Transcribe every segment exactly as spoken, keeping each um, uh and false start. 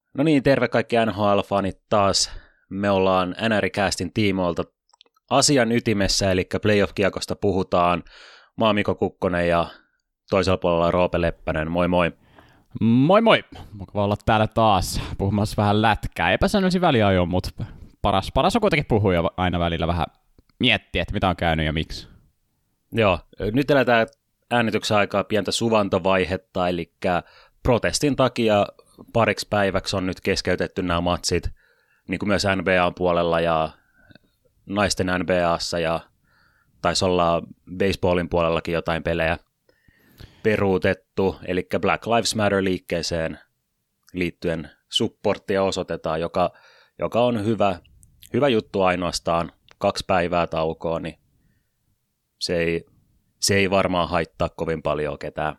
No niin, terve kaikki N H L-fanit taas. Me ollaan N R-castin tiimoilta asian ytimessä, eli playoff-kiekosta puhutaan. Mä oon Miko Kukkonen ja toisella puolella Roope Leppänen. Moi moi. Moi moi. Mukava olla täällä taas puhumassa vähän lätkää. Epäsäännöllisin väliajoin, mutta paras, paras on kuitenkin puhua ja aina välillä vähän miettiä, että mitä on käynyt ja miksi. Joo, nyt eletään äänityksen aikaa pientä suvantovaihetta, eli protestin takia pariksi päiväksi on nyt keskeytetty nämä matsit, niin kuin myös N B A:n puolella ja naisten N B A:ssa ja taisi olla baseballin puolellakin jotain pelejä peruutettu, eli Black Lives Matter-liikkeeseen liittyen supporttia osoitetaan, joka, joka on hyvä, hyvä juttu ainoastaan, kaksi päivää taukoa, niin se ei, se ei varmaan haittaa kovin paljon ketään.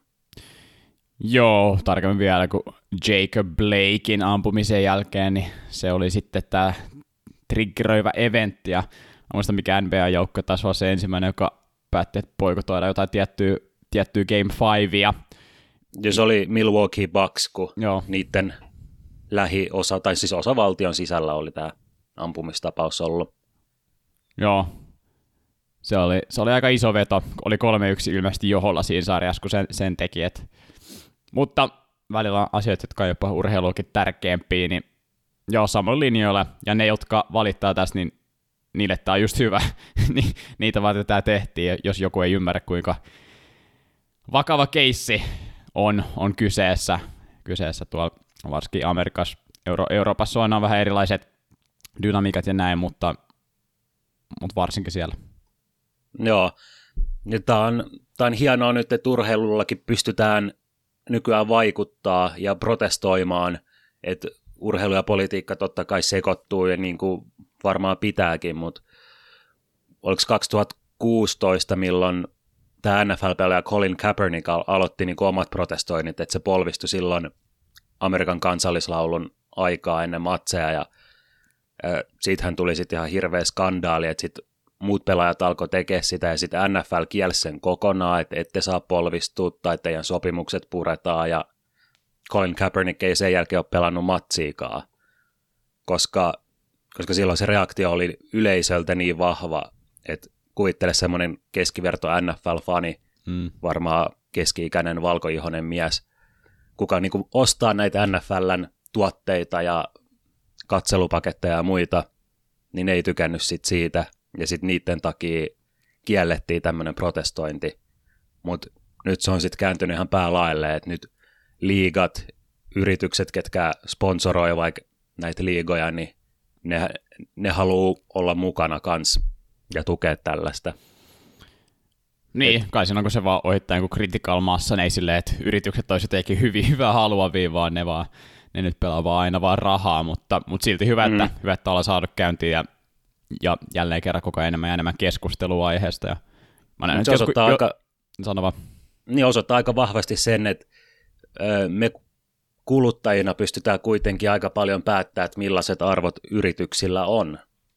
Joo, tarkemmin vielä, kun Jacob Blakein ampumisen jälkeen, niin se oli sitten tämä triggeröivä eventti, ja mä muistan mikä N B A-joukko taas on se ensimmäinen, joka päätti, että poikotoida jotain tiettyä, tiettyä Game Fivea. Ja se oli Milwaukee Bucks, kun Joo. niiden lähiosa, tai siis osa valtion sisällä oli tämä ampumistapaus ollut. Joo, se oli, se oli aika iso veto, oli kolme yksi ilmeisesti joholla siinä sarjassa, kun sen, sen teki, et. Mutta välillä on asioita, jotka on jopa urheiluakin tärkeämpiä, niin joo, samoin linjoilla, ja ne, jotka valittaa tässä, niin niille tämä on just hyvä, niitä varten tämä tehtiin, jos joku ei ymmärrä, kuinka vakava keissi on, on kyseessä, kyseessä tuolla varsinkin Amerikassa, Euro- Euroopassa on vähän erilaiset dynamiikat ja näin, mutta, mutta varsinkin siellä. Joo, tämä on, tämä on hienoa nyt, että urheilullakin pystytään nykyään vaikuttaa ja protestoimaan, että urheilu ja politiikka totta kai sekoittuu ja niin kuin varmaan pitääkin, mutta oliko kaksituhattakuusitoista, milloin tämä N F L-pelaaja Colin Kaepernick aloitti niin kuin omat protestoinnit, että se polvistui silloin Amerikan kansallislaulun aikaa ennen matseja ja äh, siitähän tuli sitten ihan hirveä skandaali, että sitten muut pelaajat alkoi tekemään sitä ja sitten N F L kielsi sen kokonaan, että ette saa polvistua tai teidän sopimukset puretaan ja Colin Kaepernick ei sen jälkeen ole pelannut matsiikaan, koska, koska silloin se reaktio oli yleisöltä niin vahva, että kuvittele semmoinen keskiverto N F L-fani, mm. varmaan keski-ikäinen valkoihoinen mies, kuka niin kuin ostaa näitä N F L:n tuotteita ja katselupaketteja ja muita, niin ei tykännyt sit siitä. Ja sitten niiden takia kiellettiin tämmöinen protestointi. Mutta nyt se on sitten kääntynyt ihan päälaelle, että nyt liigat, yritykset, ketkä sponsoroi vaikka näitä liigoja, niin ne, ne haluaa olla mukana kans ja tukea tällaista. Niin, Et, kai siinä onko se vaan ohittaa joku critical massa, ne ei silleen, että yritykset olisi jotenkin hyvin hyvää haluavia, vaan ne, vaan, ne nyt pelaa vaan aina vaan rahaa, mutta, mutta silti hyvä, että, mm. hyvä, että ollaan saatu käyntiin ja Ja jälleen kerran koko ajan enemmän ja enemmän keskustelua aiheesta. Ja mä näen, se osoittaa, jo, aika, jo, niin osoittaa aika vahvasti sen, että ö, me kuluttajina pystytään kuitenkin aika paljon päättämään, että millaiset arvot yrityksillä on.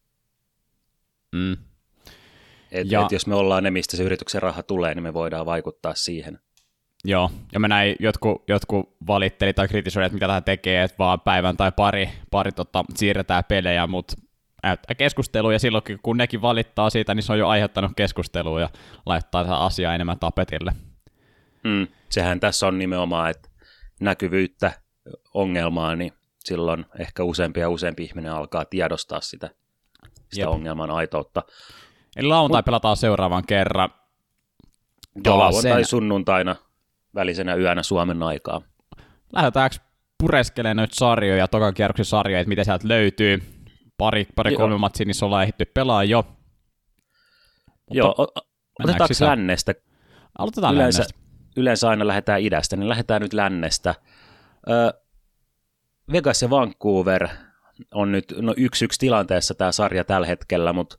Mm. Et, et jos me ollaan ne, mistä se yrityksen raha tulee, niin me voidaan vaikuttaa siihen. Joo, ja mä näin, jotkut, jotkut valitteli tai kritisoivat, mitä tähän tekee, että vaan päivän tai pari, pari tota, siirretään pelejä, mutta näyttää keskustelua, ja silloin kun nekin valittaa siitä, niin se on jo aiheuttanut keskustelua ja laittaa tätä asiaa enemmän tapetille. Mm, sehän tässä on nimenomaan, että näkyvyyttä ongelmaa, niin silloin ehkä useampi ja useampi ihminen alkaa tiedostaa sitä, sitä ongelman aitoutta. Eli lauantai Mut, pelataan seuraavan kerran. Joo, lauantai sunnuntaina välisenä yönä Suomen aikaa. Lähdetäänkö pureskelemaan noita sarjoja, tokan kierroksen sarjoja, että mitä sieltä löytyy? Pari, pari kolme matsia, niissä ollaan ehditty pelaa jo. Mutta joo, otetaanko lännestä? Aloitetaan yleensä, lännestä. Yleensä aina lähdetään idästä, niin lähdetään nyt lännestä. Ö, Vegas ja Vancouver on nyt no yksi yksi tilanteessa tämä sarja tällä hetkellä, mutta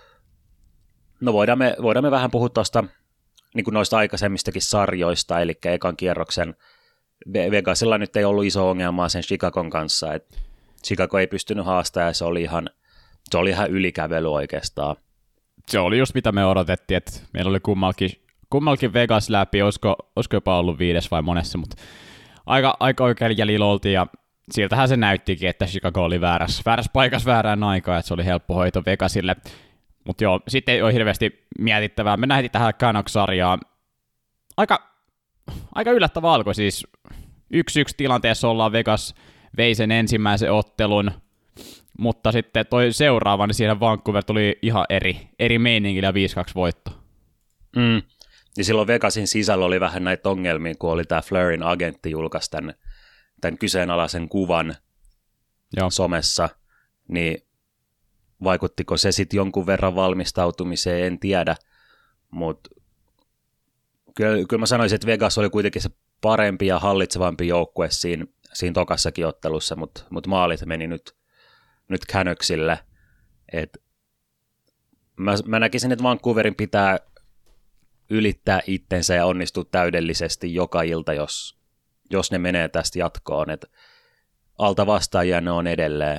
no voidaan me, voidaan me vähän puhua tuosta niin kuin noista aikaisemmistakin sarjoista, eli ekan kierroksen Vegasilla nyt ei ollut iso ongelmaa sen Chicagon kanssa, että Chicago ei pystynyt haastamaan ja se oli ihan, se oli ihan ylikävely oikeastaan. Se oli just mitä me odotettiin, että meillä oli kummalkin, kummalkin Vegas läpi, olisiko, olisiko jopa ollut viides vai monessa, mutta aika, aika oikein jäljellä oltiin ja siltähän se näyttikin, että Chicago oli väärässä, väärässä paikassa väärään aikaan, että se oli helppo hoito Vegasille. Mutta joo, sitten ei ole hirveästi mietittävää. Me nähtiin tähän Canucks-sarjaan. Aika, aika yllättävä alkoi siis. Yksi yksi tilanteessa ollaan, Vegas vei sen ensimmäisen ottelun, mutta sitten toi seuraava, niin siinä Vancouver tuli ihan eri, eri meiningillä viisi kaksi voitto. Mm. Ja silloin Vegasin sisällä oli vähän näitä ongelmia, kun oli tämä Fleurin agentti julkaisi tämän, tämän kyseenalaisen kuvan Joo. somessa, niin vaikuttiko se sitten jonkun verran valmistautumiseen, en tiedä, mutta kyllä, kyllä mä sanoisin, että Vegas oli kuitenkin se parempi ja hallitsevampi joukkue siinä, siinä tokassakin ottelussa, mutta mut maalit meni nyt, nyt Canucksille. Et mä, mä näkisin, että Vancouverin pitää ylittää itsensä ja onnistua täydellisesti joka ilta, jos, jos ne menee tästä jatkoon. Et alta vastaajia ne on edelleen.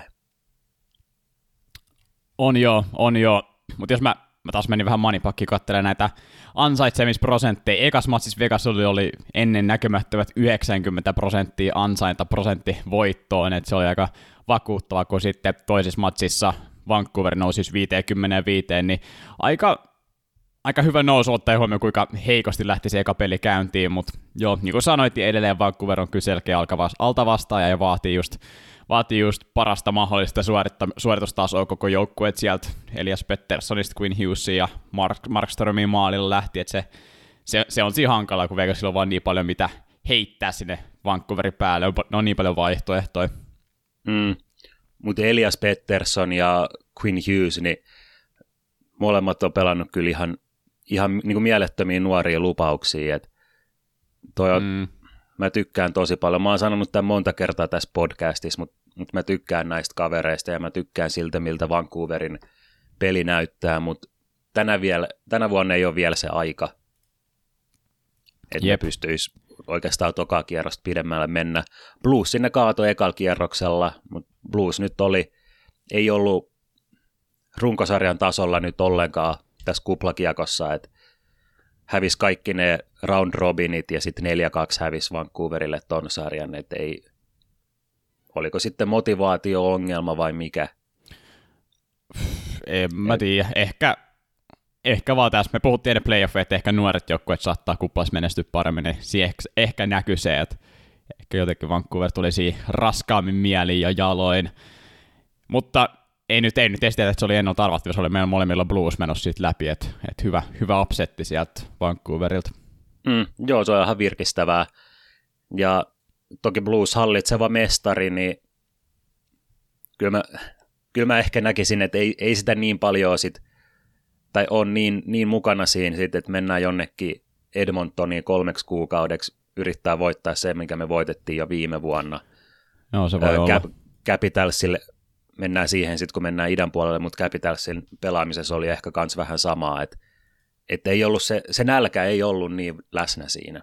On joo, on joo. Mutta jos mä, mä taas menin vähän manipakkiin katselemaan näitä ansaitsemisprosentteja. Ekas matsissa Vegas oli, oli ennen näkymättömät yhdeksänkymmentä prosenttia ansaintaprosentti voittoon, että se oli aika vakuuttava, kun sitten toisessa matsissa Vancouver nousi viisikymmentäviisi, niin aika, aika hyvä nousu ottaen huomioon, kuinka heikosti lähti se eka peli käyntiin, mutta joo, niin kuin sanoit, edelleen Vancouver on kyllä selkeä altavastaaja ja vaatii just Vaatii just parasta mahdollista suoritustasoa koko joukkueet sieltä Elias Petterssonista, Quinn Hughesia ja Mark, Markströmin maalilla lähti, että se, se, se on siinä hankalaa, kun Vegasilla on vaan niin paljon mitä heittää sinne Vancouverin päälle, ne on niin paljon vaihtoehtoja. Mm. Mutta Elias Pettersson ja Quinn Hughes, niin molemmat on pelannut kyllä ihan, ihan niin kuin mielettömiä nuoria lupauksia, että toi on, mm. Mä tykkään tosi paljon. Mä oon sanonut tämän monta kertaa tässä podcastissa, mutta, mutta mä tykkään näistä kavereista ja mä tykkään siltä, miltä Vancouverin peli näyttää, mutta tänä, vielä, tänä vuonna ei ole vielä se aika, että ne pystyisi oikeastaan tokaa kierrosta pidemmälle mennä. Blues sinne kaatoi ekalla kierroksella, mutta Blues nyt oli, ei ollut runkosarjan tasolla nyt ollenkaan tässä kuplakiekossa, että hävisi kaikki ne round robinit ja sitten neljä kaksi hävisi Vancouverille ton sarjan, että ei, oliko sitten motivaatio-ongelma vai mikä? En mä tiedä, ehkä, ehkä vaan tässä, me puhuttiin ennen playoffia, että ehkä nuoret joukkueet saattaa kuplassa menestyä paremmin, niin siihen ehkä näkyy se, että ehkä jotenkin Vancouver tuli siihen raskaammin mieliin ja jaloin, mutta ei nyt, ei nyt estetä, että se oli ennalta arvattavissa, se oli meillä molemmilla Blues menossa siitä läpi, että, että hyvä, hyvä upsetti sieltä Vancouverilta. Mm, joo, se on ihan virkistävää. Ja toki Blues hallitseva mestari, niin kyllä mä, kyllä mä ehkä näkisin, että ei, ei sitä niin paljon sit, tai on niin, niin mukana siinä, sit, että mennään jonnekin Edmontoniin kolmeksi kuukaudeksi yrittää voittaa se, minkä me voitettiin jo viime vuonna. No, se voi Cap- olla. Capitalsille mennään siihen sitten, kun mennään idän puolelle, mutta Capitalsin pelaamisessa oli ehkä kans vähän samaa, että et ei ollut se, se nälkä ei ollut niin läsnä siinä.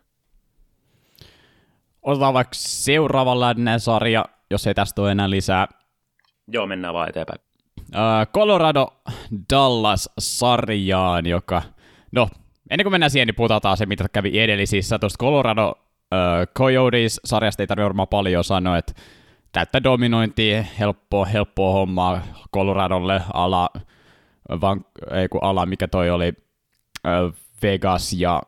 Otetaan vaikka seuraava lännen sarja, jos ei tästä ole enää lisää. Joo, mennään vaan eteenpäin. Uh, Colorado Dallas-sarjaan, joka, no, ennen kuin mennään siihen, niin puhutaan se, mitä kävi edellisissä. Tuosta Colorado uh, Coyotes-sarjasta ei tarvitse varmaan paljon sanoa, että täyttä dominointia, helppoa, helppoa hommaa Coloradolle, ala, van, ei kun ala, mikä toi oli, uh, Vegas ja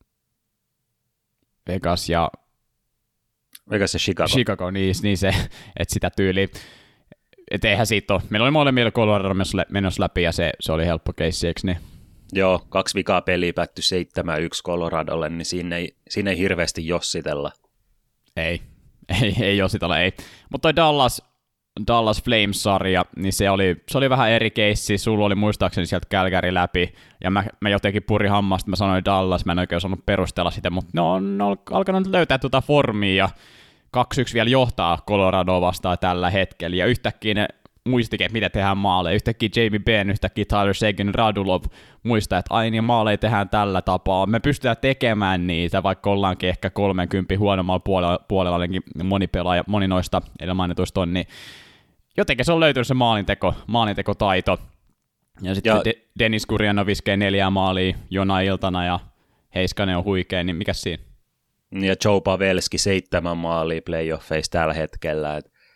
Vegas ja Vegas ja Chicago. Chicago, niin, niin se, että sitä tyyliä. Että eihän siitä ole. Meillä oli molemmilla Colorado menossa läpi ja se, se oli helppo keissi, eikö niin? Joo, kaksi vikaa peliä päättyi seitsemän yksi Coloradolle, niin siinä ei, siinä ei hirveästi jossitella. Ei, ei, ei jossitella, ei. Mutta toi Dallas, Dallas Flames-sarja, niin se oli, se oli vähän eri keissi. Sulla oli muistaakseni sieltä Calgary läpi, ja mä, mä jotenkin purin hammasta, mä sanoin Dallas, mä en oikein osannut perustella sitä, mutta ne on, ne on alkanut löytää tuota formia, ja kaksi yksi vielä johtaa Coloradoa vastaan tällä hetkellä, ja yhtäkkiä ne muistikin, että mitä tehdään maaleja. Yhtäkkiä Jamie Benn, yhtäkkiä Tyler Seguin, Radulov muistaa, että ai niin maaleja tehdään tällä tapaa. Me pystytään tekemään niitä, vaikka ollaankin ehkä kolmekymmentä huonommalla puolella, puolella ainakin moni pelaaja, moni noista edellä mainituista on, niin jotenkin se on löytynyt se maalinteko, maalintekotaito. Ja sitten ja... De- Dennis Gurianov viskee neljää maalia jona iltana, ja Heiskanen on huikea, niin mikä siinä? Ja Joe Pavelski seitsemän maalia playoffeissa tällä hetkellä. Et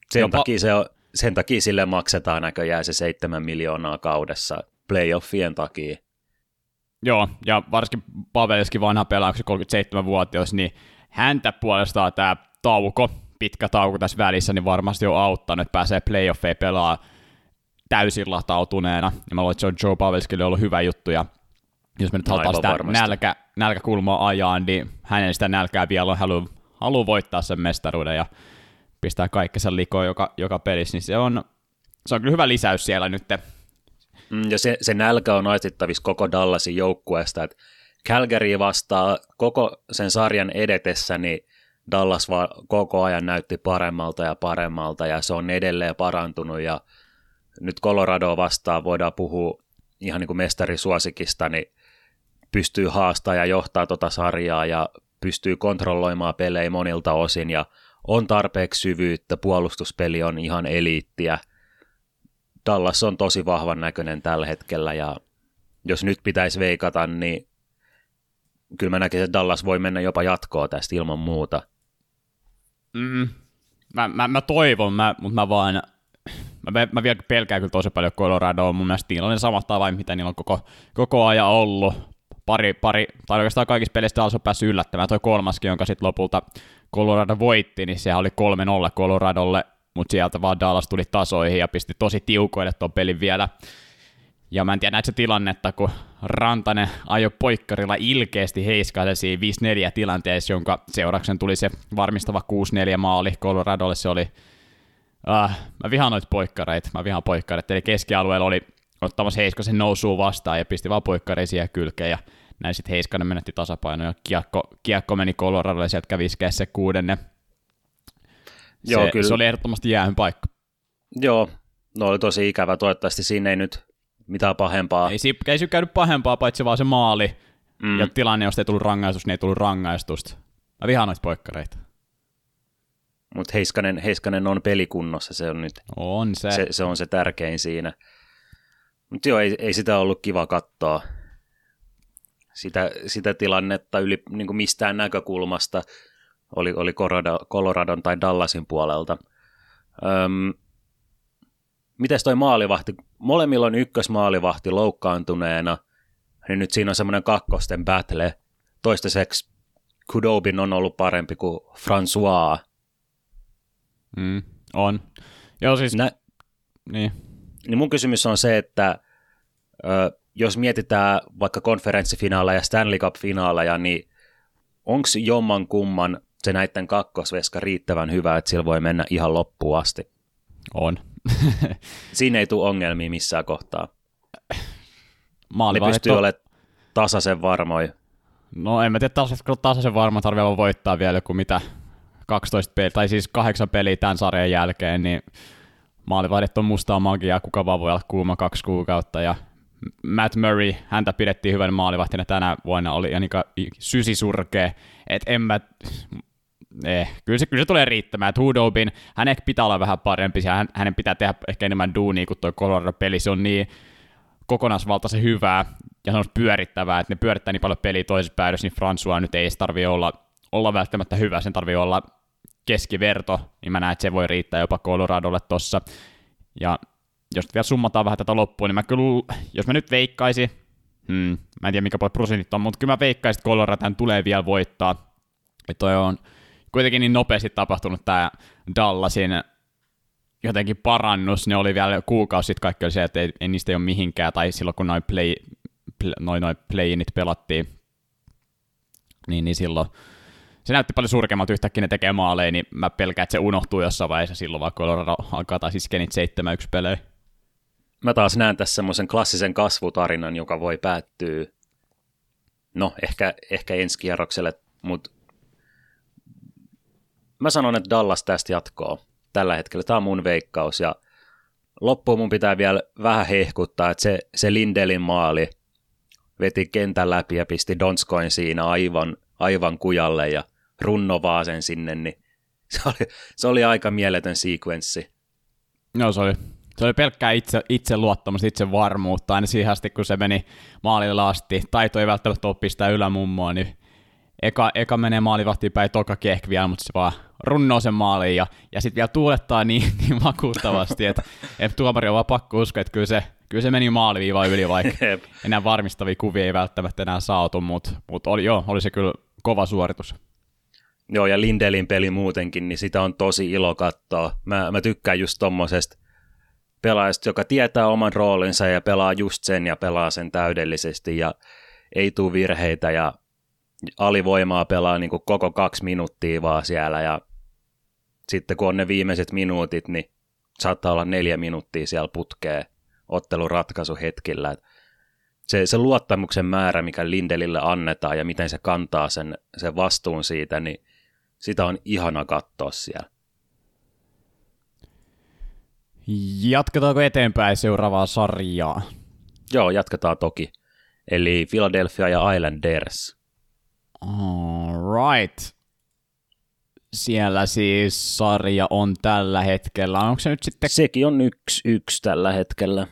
Sen, Jopa... takia se on, sen takia sille maksetaan näköjään se seitsemän miljoonaa kaudessa playoffien takia. Joo, ja varsinkin Pavelski vanha pelaaja, kolmekymmentäseitsemänvuotias, niin häntä puolestaan tämä tauko, pitkä tauko tässä välissä, niin varmasti on auttanut, että pääsee playoffeja pelaa täysin latautuneena. Ja mä luulen, että se on Joe Pavelskille ollut hyvä juttu, ja jos me nyt halutaan sitä nälkä, nälkäkulmaa ajaa, niin hänen sitä nälkää vielä on halu, halu voittaa sen mestaruuden ja pistää kaikki sen likoon joka, joka pelissä, niin se on, se on kyllä hyvä lisäys siellä nyt. Mm, ja se, se nälkä on aistittavissa koko Dallasin joukkueesta, että Calgary vastaa koko sen sarjan edetessä, niin Dallas vaan koko ajan näytti paremmalta ja paremmalta, ja se on edelleen parantunut, ja nyt Colorado vastaan voidaan puhua ihan niin kuin mestarisuosikista, niin pystyy haastamaan ja johtaa tota sarjaa, ja pystyy kontrolloimaan pelejä monilta osin, ja on tarpeeksi syvyyttä, puolustuspeli on ihan eliittiä. Dallas on tosi vahvan näköinen tällä hetkellä, ja jos nyt pitäisi veikata, niin kyllä mä näkisin, että Dallas voi mennä jopa jatkoon tästä ilman muuta. Mm, mä, mä, mä toivon, mä, mutta mä vaan, mä, mä vielä pelkään kyllä tosi paljon Coloradoa, mun mielestä niillä on ne samat tavain, mitä niillä on koko, koko ajan ollut. Pari, pari, tai oikeastaan kaikissa peleissä Dallas on päässyt yllättämään. Toi kolmaskin, jonka sitten lopulta Colorado voitti, niin sehän oli kolme nolla Coloradolle, mutta sieltä vaan Dallas tuli tasoihin ja pisti tosi tiukoille tuon pelin vielä. Ja mä en tiedä näitä tilannetta, kun Rantanen ajoi poikkarilla ilkeästi heiskaisesi viisi neljä tilanteessa, jonka seurauksen tuli se varmistava kuusi neljä maali Coloradolle. Se oli, äh, mä vihaan noita poikkareita, mä vihaan poikkareita, eli keskialueella oli ottamassa Heiskasen nousuun vastaan ja pisti vaan poikkareita siihen kylkeen, ja näin sitten Heiskanen menetti tasapaino, ja kiekko, kiekko meni Coloradolle, sieltä kävi se kuudenne. Se, Joo, kyllä. Se oli ehdottomasti jäähyn paikka. Joo, no oli tosi ikävä, toivottavasti siinä ei nyt mitään pahempaa. Ei, ei se käynyt pahempaa, paitsi vaan se maali, mm. ja tilanne, josta ei tullut rangaistus, niin ei tullut rangaistusta. Mä vihaan noita poikkareita. Mutta Heiskanen, Heiskanen on pelikunnossa, se on nyt on se. Se, se on se tärkein siinä. Mutta joo, ei, ei sitä ollut kiva katsoa, sitä, sitä tilannetta yli niin kuin mistään näkökulmasta, oli, oli Coloradon tai Dallasin puolelta. Öm, mites toi maalivahti? Molemmilla on ykkösmaalivahti loukkaantuneena, niin nyt siinä on semmoinen kakkosten battle. Toistaiseksi Khudobin on ollut parempi kuin François. Mm, on. Joo siis... Nä- niin. Niin mun kysymys on se, että ö, jos mietitään vaikka konferenssifinaaleja ja Stanley Cup-finaaleja, niin onko jomman kumman se näiden kakkosveska riittävän hyvä, että sillä voi mennä ihan loppuun asti? On. Siinä ei tule ongelmia missään kohtaa. Maali ne pystyy to... olemaan tasaisen varmoja. No en mä tiedä, tasaisen varma tarvii voittaa vielä kuin mitä kaksitoista peliä, tai siis kahdeksan peliä tämän sarjan jälkeen, niin maalivahdit on mustaa magiaa, kuka vaan voi olla kuuma kaksi kuukautta, ja Matt Murray, häntä pidettiin hyvän maalivahtina tänä vuonna, oli ihan niin sysisurkea, että en mä, eh, kyllä, se, kyllä se tulee riittämään, että Khudobin, hän ehkä pitää olla vähän parempi, hän, hänen pitää tehdä ehkä enemmän duunia kuin tuo Colorado-peli, se on niin kokonaisvaltaisen hyvää, ja se on pyörittävää, että ne pyörittää niin paljon peliä toisessa päädyssä, niin François nyt ei tarvitse olla, olla välttämättä hyvä, sen tarvii olla keskiverto, niin mä näen, että se voi riittää jopa Coloradolle tossa. Ja jos vielä summataan vähän tätä loppuun, niin mä kyllä, jos mä nyt veikkaisin, hmm, mä en tiedä mikä prosentit on, mutta kyllä mä veikkaisin, että Colorado tulee vielä voittaa. Että toi on kuitenkin niin nopeasti tapahtunut tää Dallasin jotenkin parannus, ne oli vielä kuukausi sitten kaikki oli se, että ei, ei niistä ei ole mihinkään, tai silloin kun noin play, play, noi, noi play-init pelattiin, niin, niin silloin se näytti paljon surkeammalta, yhtäkkiä ne tekee maaleja, niin mä pelkään, että se unohtuu jossain vaiheessa silloin, vaikka Colorado alkaa taas iskenit seitsemän yksi pelejä. Mä taas näen tässä semmoisen klassisen kasvutarinan, joka voi päättyä, no ehkä, ehkä ensi kierrokselle, mutta mä sanon, että Dallas tästä jatkoo tällä hetkellä. Tämä on mun veikkaus, ja loppuun mun pitää vielä vähän hehkuttaa, että se, se Lindelin maali veti kentän läpi ja pisti Donskoin siinä aivan, aivan kujalle ja runno vaan sen sinne, niin se oli, se oli aika mieletön sequenssi. No se oli, se oli pelkkää itse, itse luottamusta, itse varmuutta, aina siihen asti kun se meni maalille asti, taito ei välttämättä ole pistää ylämummoa, niin eka, eka menee maalivahtiin päin, toka kehk vielä, mutta se vaan runnoo sen maaliin, ja, ja sitten vielä tuulettaa niin, niin vakuuttavasti, että et tuomari on vaan pakko uskoa, että kyllä se, kyllä se meni maaliviivaan yli, vaikka enää varmistavia kuvia ei välttämättä enää saatu, mutta mut oli, joo, oli se kyllä kova suoritus. Joo, ja Lindelin peli muutenkin, niin sitä on tosi ilo katsoa. Mä, mä tykkään just tommosesta pelaajasta, joka tietää oman roolinsa ja pelaa just sen ja pelaa sen täydellisesti ja ei tule virheitä ja alivoimaa pelaa niin kuin koko kaksi minuuttia vaan siellä ja sitten kun on ne viimeiset minuutit, niin saattaa olla neljä minuuttia siellä putkee ottelun ratkaisuhetkillä. Se, se luottamuksen määrä, mikä Lindelille annetaan ja miten se kantaa sen, sen vastuun siitä, niin sitä on ihana katsoa siellä. Jatketaanko eteenpäin seuraavaa sarjaa? Joo, jatketaan toki. Eli Philadelphia ja Islanders. All right. Siellä siis sarja on tällä hetkellä. Onko se nyt sitten... Sekin on yksi yksi tällä hetkellä.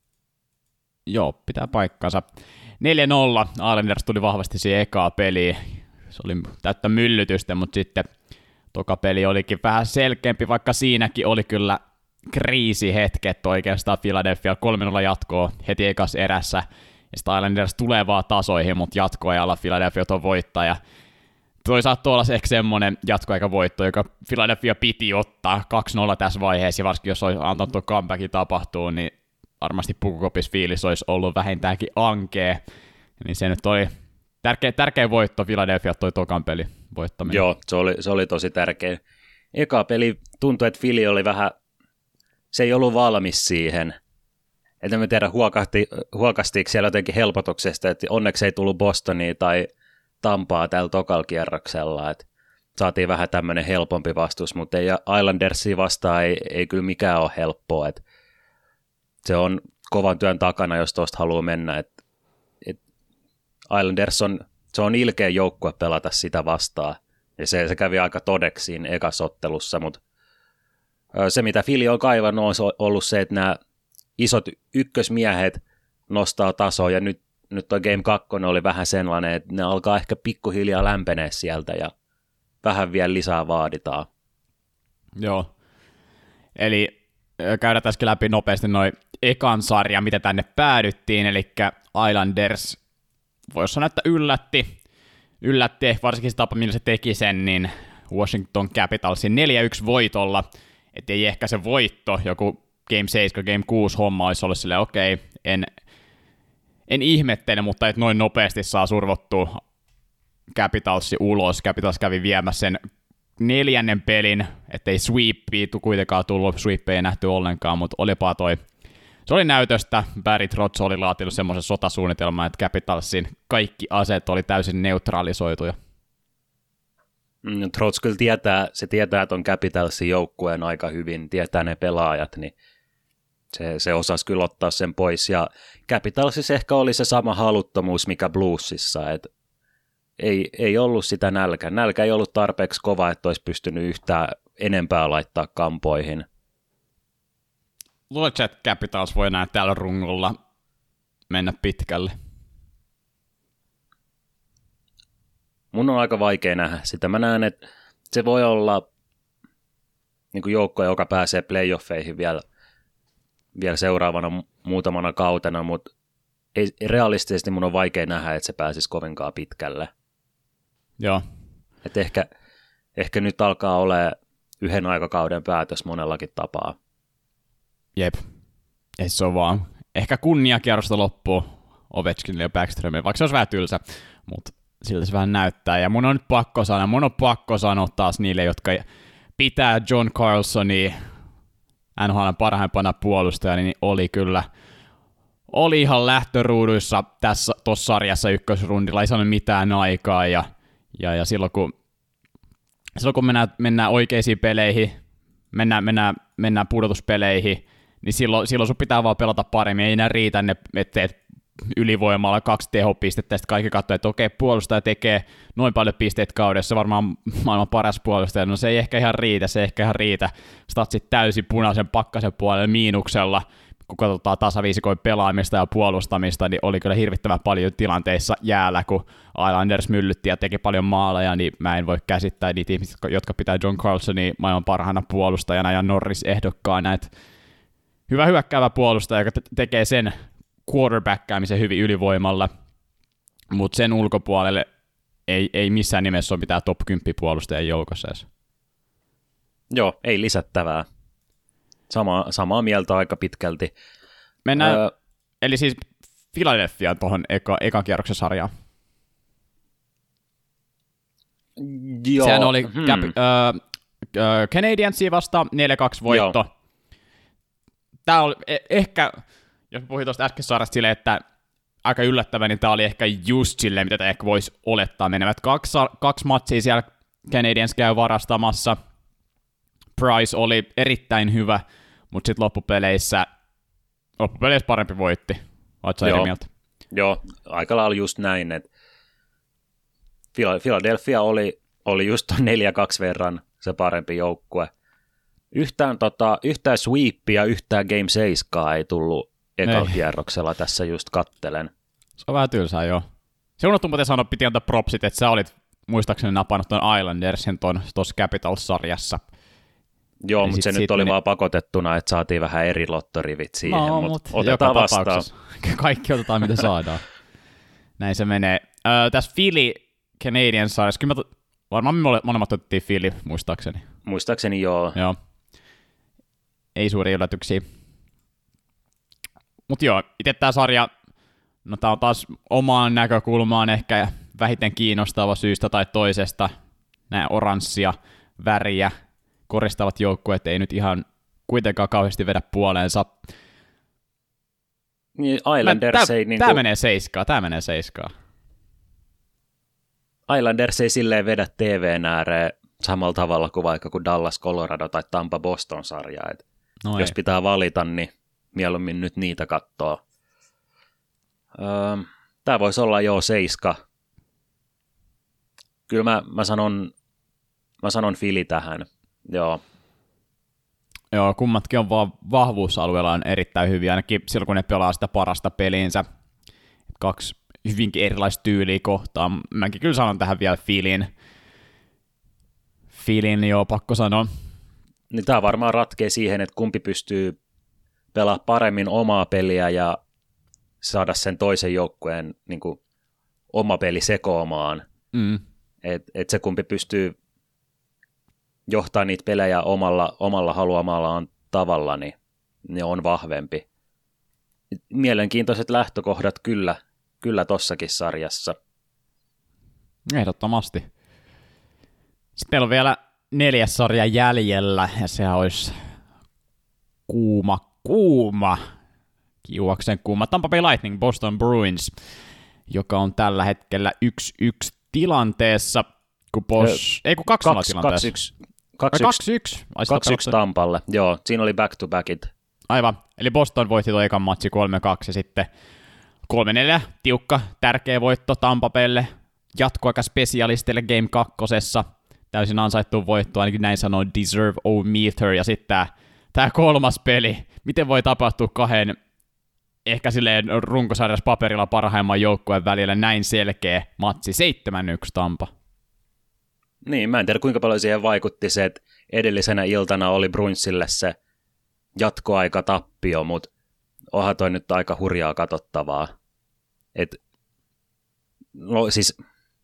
Joo, pitää paikkansa. neljä nolla. Islanders tuli vahvasti siihen ekaa peliin. Se oli täyttä myllytystä, mutta sitten toka peli olikin vähän selkeämpi, vaikka siinäkin oli kyllä kriisihetket oikeastaan. Philadelphia kolme nolla jatkoa heti ekas erässä. Ja sitten Islanders tulee vaan tasoihin, mutta jatkoajalla Philadelphia on voittaja. Toisaalta olla ehkä semmoinen jatkoaikavoitto, joka Philadelphia piti ottaa kaksi nolla tässä vaiheessa, ja varsinkin jos olisi antanut tuon comebackin tapahtua, niin varmasti Pukukopis fiilis olisi ollut vähintäänkin ankea. Niin se nyt oli tärkeä, tärkeä voitto Philadelphia toi tokan peli voittaminen. Joo, se oli, se oli tosi tärkeä. Eka peli tuntui, että Philly oli vähän, se ei ollut valmis siihen. Että me tiedä, huokasti, huokastiinko siellä jotenkin helpotuksesta, että onneksi ei tullut Bostonia tai Tampaa tällä tokalla kierroksella, että saatiin vähän tämmöinen helpompi vastus, mutta ei Islandersia vastaan ei, ei kyllä mikään ole helppoa, että se on kovan työn takana, jos tuosta haluaa mennä, että, että Islanders on, se on ilkeä joukkue pelata sitä vastaan, ja se, se kävi aika todeksi siinä ekassa ottelussa, mutta se mitä Philly on kaivannut on ollut se, että nämä isot ykkösmiehet nostaa tasoa, ja nyt Nyt tuo Game kaksi oli vähän sellainen, että ne alkaa ehkä pikkuhiljaa lämpenee sieltä ja vähän vielä lisää vaaditaan. Joo. Eli käydään tässäkin läpi nopeasti noin ekan sarja, mitä tänne päädyttiin, eli Islanders, voisi sanoa, että yllätti. Yllätti, varsinkin se tapa, millä se teki sen, niin Washington Capitalsin neljä yksi voitolla, ettei ehkä se voitto, joku Game seitsemän, Game kuusi homma olisi ollut silleen, okei, okay, en... En ihmettele, mutta et noin nopeasti saa survottua Capitalsi ulos. Capitals kävi viemässä sen neljännen pelin, ettei sweepia kuitenkaan tullut, sweepia ei nähty ollenkaan, mutta olipa toi. Se oli näytöstä, Barry Trotz oli laatinut semmoisen sotasuunnitelman, että Capitalsin kaikki aseet oli täysin neutralisoituja. Mm, Trotz kyllä tietää, se tietää, että on Capitalsin joukkueen aika hyvin, tietää ne pelaajat, niin Se, se osasi kyllä ottaa sen pois, ja Capitalsissa ehkä oli se sama haluttomuus, mikä Bluesissa, että ei, ei ollut sitä nälkä. Nälkä ei ollut tarpeeksi kova, että olisi pystynyt yhtään enempää laittaa kampoihin. Luuletko, että Capitals voi näin tällä rungolla mennä pitkälle? Mun on aika vaikea nähdä sitä. Mä näen, että se voi olla niin kuin joukko, joka pääsee playoffeihin vielä vielä seuraavana muutamana kautena, mutta ei, realistisesti mun on vaikea nähdä, että se pääsisi kovinkaan pitkälle. Joo. Et ehkä, ehkä nyt alkaa olemaan yhden aikakauden päätös monellakin tapaa. Jep. Ei se ole vaan. Ehkä kunniakierrosta loppuu Ovechkinille ja Backströmille, vaikka se olisi vähän tylsä, mutta siltä se vähän näyttää. Ja mun on nyt pakko sanoa, mun on pakko sanoa taas niille, jotka pitää John Carlsonia N H L:n parhaimpana puolustajana, niin oli kyllä, oli ihan lähtöruuduissa tässä tuossa sarjassa ykkösrundilla, ei saanut mitään aikaa, ja, ja, ja silloin kun, silloin kun mennään, mennään oikeisiin peleihin, mennään, mennään, mennään pudotuspeleihin, niin silloin, silloin sun pitää vaan pelata paremmin, ei enää riitä ne, että teet ylivoimalla kaksi tehopistettä, ja sitten kaikki katsoo, että okei, puolustaja tekee noin paljon pisteet kaudessa, varmaan maailman paras puolustaja, no se ei ehkä ihan riitä, se ei ehkä ihan riitä, statsit täysin punaisen pakkasen puolelle miinuksella, kun katsotaan tasaviisikoin pelaamista ja puolustamista, niin oli kyllä hirvittävän paljon tilanteissa jäällä, kun Islanders myllytti ja teki paljon maaleja, niin mä en voi käsittää niitä ihmisiä, jotka pitää John Carlsonia maailman parhaana puolustajana ja Norris-ehdokkaana, että hyvä hyökkäävä puolustaja, joka te- tekee sen quarterbackkäämisen hyvin ylivoimalla, mutta sen ulkopuolelle ei, ei missään nimessä ole mitään top kymmenen puolustajien joukossa edes. Joo, ei lisättävää. Sama, samaa mieltä aika pitkälti. Mennään, öö, eli siis Philadelphia tuohon eka, ekan kierroksen sarjaan. Joo. Sehän oli hmm. Cap, öö, Canadiensia vastaan neljä kaksi voitto. Joo. Tämä oli ehkä, jos puhuin tuosta äsken sarjasta silleen, että aika yllättävä, niin tämä oli ehkä just silleen, mitä ehkä voisi olettaa menevät. Kaksi, kaksi matsia siellä Canadiens käy varastamassa. Price oli erittäin hyvä, mutta sitten loppupeleissä, loppupeleissä parempi voitti. Oletko eri mieltä? Joo, aika lailla just näin, että Philadelphia oli, oli just neljä kaksi verran se parempi joukkue. Yhtään, tota, yhtään sweepia, yhtään game seiskaa ei tullut ekalla kierroksella, tässä just kattelen. Se on vähän tylsää, joo. Se unohtui muuten sanoa, piti antaa propsit, että sä olit muistaakseni napannut tuon Islandersin tuossa Capitals-sarjassa. Joo, mutta se nyt oli meni... vaan pakotettuna, että saatiin vähän eri lottorivit siihen, no, mutta mut otetaan vastaan. Kaikki otetaan, mitä saadaan. Näin se menee. Öö, tässä Philly Canadiens-sarjassa, kyllä mä, varmaan me molemmat otettiin Philly, muistaakseni. Muistaakseni joo. Joo. Ei suuria yllätyksiä. Mutta joo, itse tämä sarja, no tämä on taas omaan näkökulmaan ehkä vähiten kiinnostava syystä tai toisesta. Nämä oranssia väriä koristavat joukkueet ei nyt ihan kuitenkaan kauheasti vedä puoleensa. Niin Islanders Tämä ei... Niin kuin... kuin... menee seiskaa, tämä menee seiskaa. Islanders ei silleen vedä T V:n ääreen samalla tavalla kuin vaikka kuin Dallas, Colorado tai Tampa, Boston sarja. Et no jos pitää valita, niin mieluummin nyt niitä kattoo. Öö, tämä voisi olla jo seiska. Kyllä mä, mä sanon, mä sanon Philly tähän. Joo. Joo, kummatkin on vaan vahvuusalueella on erittäin hyviä, ainakin silloin kun ne pelaa sitä parasta peliinsä. Kaksi hyvinkin erilaista tyyliä kohtaan. Mäkin kyllä sanon tähän vielä Philin. Philin, joo, pakko sanoa. Niin tämä varmaan ratkee siihen, että kumpi pystyy pelaamaan paremmin omaa peliä ja saada sen toisen joukkueen niin kuin oma peli sekoamaan. Mm. Että et se kumpi pystyy johtaa niitä pelejä omalla, omalla haluamallaan tavalla, niin ne on vahvempi. Mielenkiintoiset lähtökohdat kyllä, kyllä tossakin sarjassa. Ehdottomasti. Sitten meillä on vielä neljäs sarja jäljellä, ja se olisi kuuma, kuuma, kiuaksen kuuma. Tampa Bay Lightning, Boston Bruins, joka on tällä hetkellä yksi yksi tilanteessa, kun Bos... Ei kun kaksi nolla tilanteessa. kaksi yksi kaksi yksi Tampalle, joo, siinä oli back-to-backit. Aivan, eli Boston voitti tuon ekan matsi kolme kaksi ja sitten kolme neljä, tiukka, tärkeä voitto Tampapelle, jatkoaikaspesialistille game kakkosessa, täysin ansaittu voitto, ainakin näin sanoo deserve o meter, ja sitten tämä, tämä kolmas peli, miten voi tapahtua kahden ehkä silleen runkosarjassa paperilla parhaimman joukkueen välillä näin selkeä matsi, seitsemän yksi Tampa. Niin, mä en tiedä kuinka paljon siihen vaikutti se, että edellisenä iltana oli Bruinsille se jatkoaika tappio, mutta onhan toi nyt aika hurjaa katsottavaa. Et, no siis,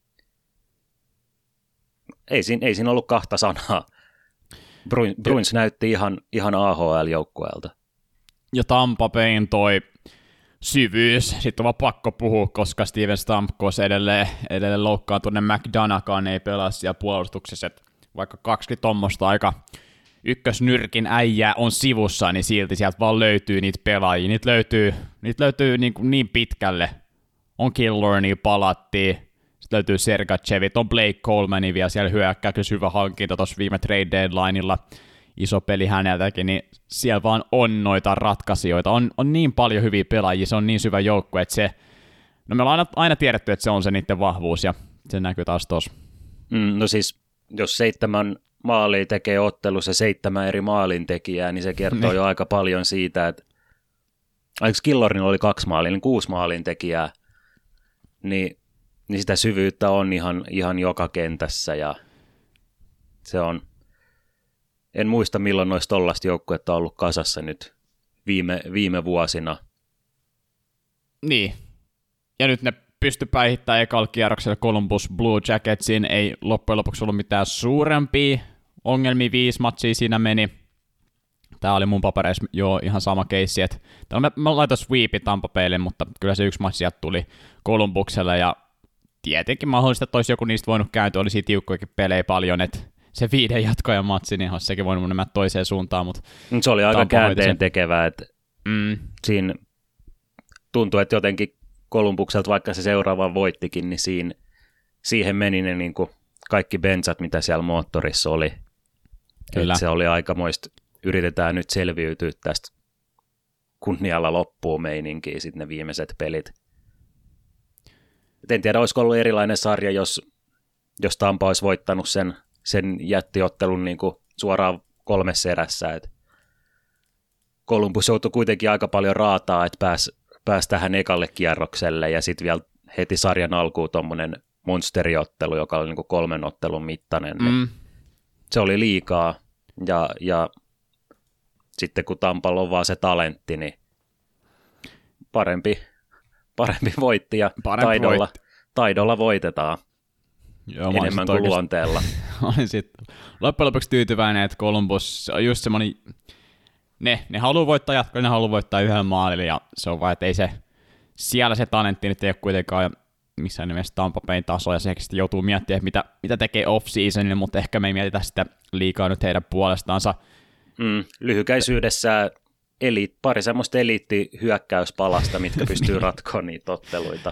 ei siinä, ei siinä ollut kahta sanaa. Bruins, Bruins näytti ihan, ihan A H L-joukkueelta. Ja Tampa Bayn toi syvyys, sitten on vaan pakko puhua, koska Steven Stamkos edelleen, edelleen loukkaantuneen McDonaghan ei pelaa siellä puolustuksessa, että vaikka kaksi tommoista aika ykkösnyrkin äijää on sivussa, niin silti sieltä vaan löytyy niitä pelaajia, niitä löytyy, niitä löytyy niin, niin pitkälle. On Killornia palattiin, sitten löytyy Sergachevit, on Blake Colemania vielä siellä hyökkäyksessä, hyvä hankinta tuossa viime trade deadlineilla, iso peli häneltäkin, niin siellä vaan on noita ratkaisijoita, on, on niin paljon hyviä pelaajia, se on niin syvä joukkue, että se, no me ollaan aina, aina tiedetty, että se on se niiden vahvuus, ja se näkyy taas tuossa. Mm, no siis, jos seitsemän maalia tekee ottelussa seitsemän eri maalintekijää, niin se kertoo jo aika paljon siitä, että Aiko Killornilla oli kaksi maalia, niin kuusi maalin tekijää, niin, niin sitä syvyyttä on ihan, ihan joka kentässä ja se on, en muista milloin noista tollaista joukkuetta on ollut kasassa nyt viime, viime vuosina. Niin, ja nyt ne pysty päihittämään ekalla kierroksella Columbus Blue Jacketsin, ei loppujen lopuksi ollut mitään suurempia ongelmia, viisi matsia siinä meni. Tämä oli mun papereissa jo ihan sama keissi, että mä, mä laitoin sweepi Tampa Baylle, mutta kyllä se yksi matsi sieltä tuli Columbukselle, ja tietenkin mahdollista, että olisi joku niistä voinut kääntyä, oli siinä tiukkoikin pelejä paljon, että se viiden jatkoajan matsi, niin olisi sekin voinut mennä toiseen suuntaan. Mutta se oli aika käänteen tekevää, että mm. siinä tuntui, että jotenkin Columbukselta, vaikka se seuraava voittikin, niin siinä, siihen meni ne niin kuin kaikki bensat, mitä siellä moottorissa oli. Kyllä. Se oli aikamoista, yritetään nyt selviytyä tästä kunnialla loppuun meininkiä sitten ne viimeiset pelit. Et en tiedä, olisiko ollut erilainen sarja, jos, jos Tampa olisi voittanut sen, sen jättiottelun niin kuin suoraan kolmessa erässä. Et Columbus joutui kuitenkin aika paljon raataa, että pääsi pääs tähän ekalle kierrokselle ja sitten vielä heti sarjan alkuun tuommoinen monsteriottelu, joka oli niin kuin kolmen ottelun mittainen. Mm. Se oli liikaa ja, ja sitten kun Tampalla on vaan se talentti, niin parempi, parempi voitti ja parempi taidolla, voitti. taidolla voitetaan. Joo, enemmän kuin oikeasti luonteella. Olin sitten loppujen lopuksi tyytyväinen, että Columbus on just semmoinen, ne, ne haluaa voittaa jatkoa, ne haluaa voittaa yhden maalilla, ja se on vaan, että ei se, siellä se talentti nyt ei ole kuitenkaan missään nimessä Tampa Bayn taso, ja sekin sitten joutuu miettimään, mitä, mitä tekee off-seasonilla, mutta ehkä me ei mietitä sitä liikaa nyt heidän puolestaansa. Mm, lyhykäisyydessä eliit, pari semmoista eliittihyökkäyspalasta, mitkä pystyy ratkomaan niitä otteluita.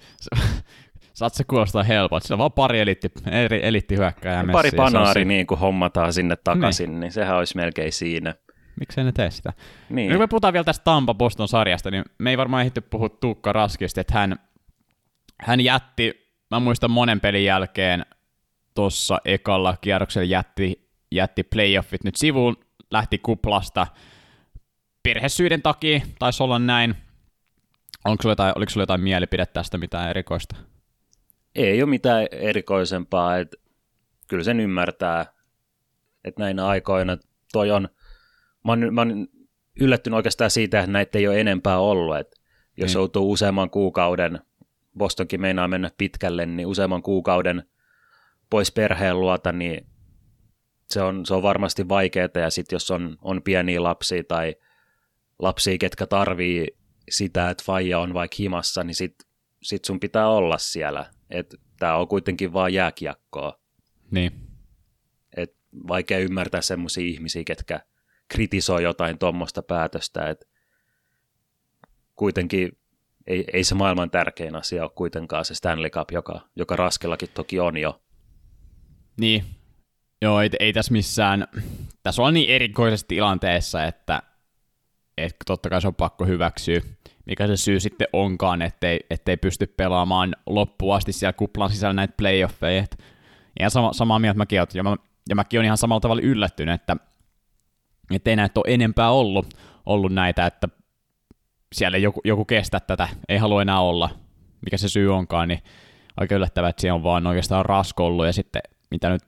Saat se kuulostaa helpolta, sillä on vaan pari eliitti, eliittihyökkääjää messiä. Pari panaari, niin kun hommataan sinne takaisin, niin, niin sehän olisi melkein siinä. Miksei ne tee sitä? Niin. Nyt me puhutaan vielä tästä Tampa-Boston-sarjasta, niin me ei varmaan ehditty puhua Tuukka Raskista, että hän, hän jätti, mä muistan monen pelin jälkeen tuossa ekalla kierroksella jätti, jätti playoffit nyt sivuun, lähti kuplasta perhesyiden takia, taisi olla näin. Onko sulla jotain, oliko sulla jotain mielipidettä tästä, mitään erikoista? Ei ole mitään erikoisempaa, että kyllä sen ymmärtää, että näinä aikoina toi on, mä oon, mä oon yllättynyt oikeastaan siitä, että näitä ei ole enempää ollut, että jos mm. joutuu useamman kuukauden, Bostonkin meinaa mennä pitkälle, niin useamman kuukauden pois perheen luota, niin se on, se on varmasti vaikeaa, ja sitten jos on, on pieniä lapsia tai lapsia, ketkä tarvii sitä, että faija on vaikka himassa, niin sit, sit sun pitää olla siellä. Että tää on kuitenkin vaan jääkiekkoa. Niin. Et vaikea ymmärtää semmoisia ihmisiä, ketkä kritisoi jotain tuommoista päätöstä, että kuitenkin ei, ei se maailman tärkein asia ole kuitenkaan se Stanley Cup, joka, joka Raskellakin toki on jo. Niin. Joo, ei, ei tässä missään, tässä on niin erikoisessa tilanteessa, että että totta kai se on pakko hyväksyä, mikä se syy sitten onkaan, ettei, ettei pysty pelaamaan loppuun asti siellä kuplan sisällä näitä playoffeja. Ihan sama, samaa mieltä mäkin olen, ja, mä, ja mäkin olen ihan samalla tavalla yllättynyt, että ei näitä ole enempää ollut, ollut näitä, että siellä joku, joku kestää tätä, ei halua enää olla, mikä se syy onkaan, niin aika yllättävää, että siellä on vaan oikeastaan Rasko ollut, ja sitten mitä nyt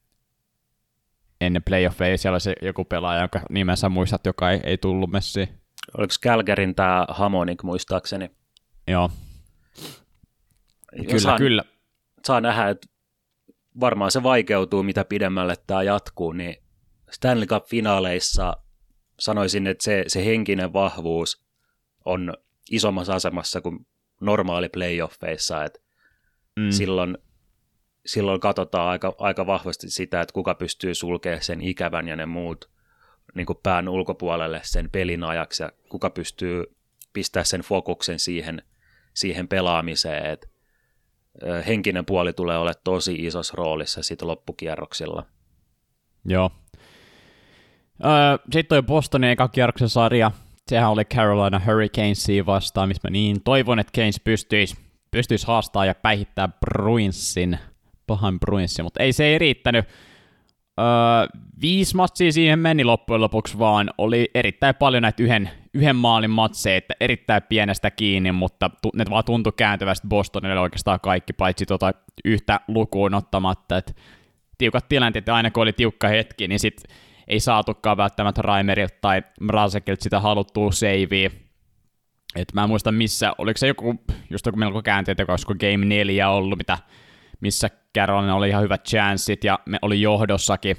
ennen playoffeja siellä oli se joku pelaaja, jonka nimensä muistat, joka ei, ei tullut messiin. Oliko Calgaryn tämä Hamonik muistaakseni? Joo. Kyllä, saa, kyllä. Saa nähdä, että varmaan se vaikeutuu, mitä pidemmälle tämä jatkuu, niin Stanley Cup-finaaleissa sanoisin, että se, se henkinen vahvuus on isommassa asemassa kuin normaali playoffeissa, että mm. silloin silloin katsotaan aika, aika vahvasti sitä, että kuka pystyy sulkemaan sen ikävän ja ne muut niin kuin pään ulkopuolelle sen pelin ajaksi ja kuka pystyy pistämään sen fokuksen siihen, siihen pelaamiseen. Et, ö, henkinen puoli tulee olemaan tosi isossa roolissa sit loppukierroksilla. Joo. Öö, sitten toi Bostonin eka kierroksen sarja. Sehän oli Carolina Hurricanesia vastaan, missä mä niin toivon, että Canes pystyisi, pystyisi haastaa ja päihittää Bruinsin. Pahan Bruinsia, mutta ei se ei riittänyt. Öö, viisi matsia siihen meni loppujen lopuksi, vaan oli erittäin paljon näitä yhden, yhden maalin matseja, että erittäin pienestä kiinni, mutta tu- ne vaan tuntui kääntyvästi Bostonille oikeastaan kaikki, paitsi tota yhtä lukuun ottamatta, että tiukat tilanteet, ja aina kun oli tiukka hetki, niin sit ei saatukaan välttämättä Reimerilta tai Mrazekilta sitä haluttua savea. Et mä en muista missä, oliko se joku, just joku melko käänteet, joka olisiko Game neljä ollut, mitä, missä Carolina oli ihan hyvät chanssit, ja me oli johdossakin.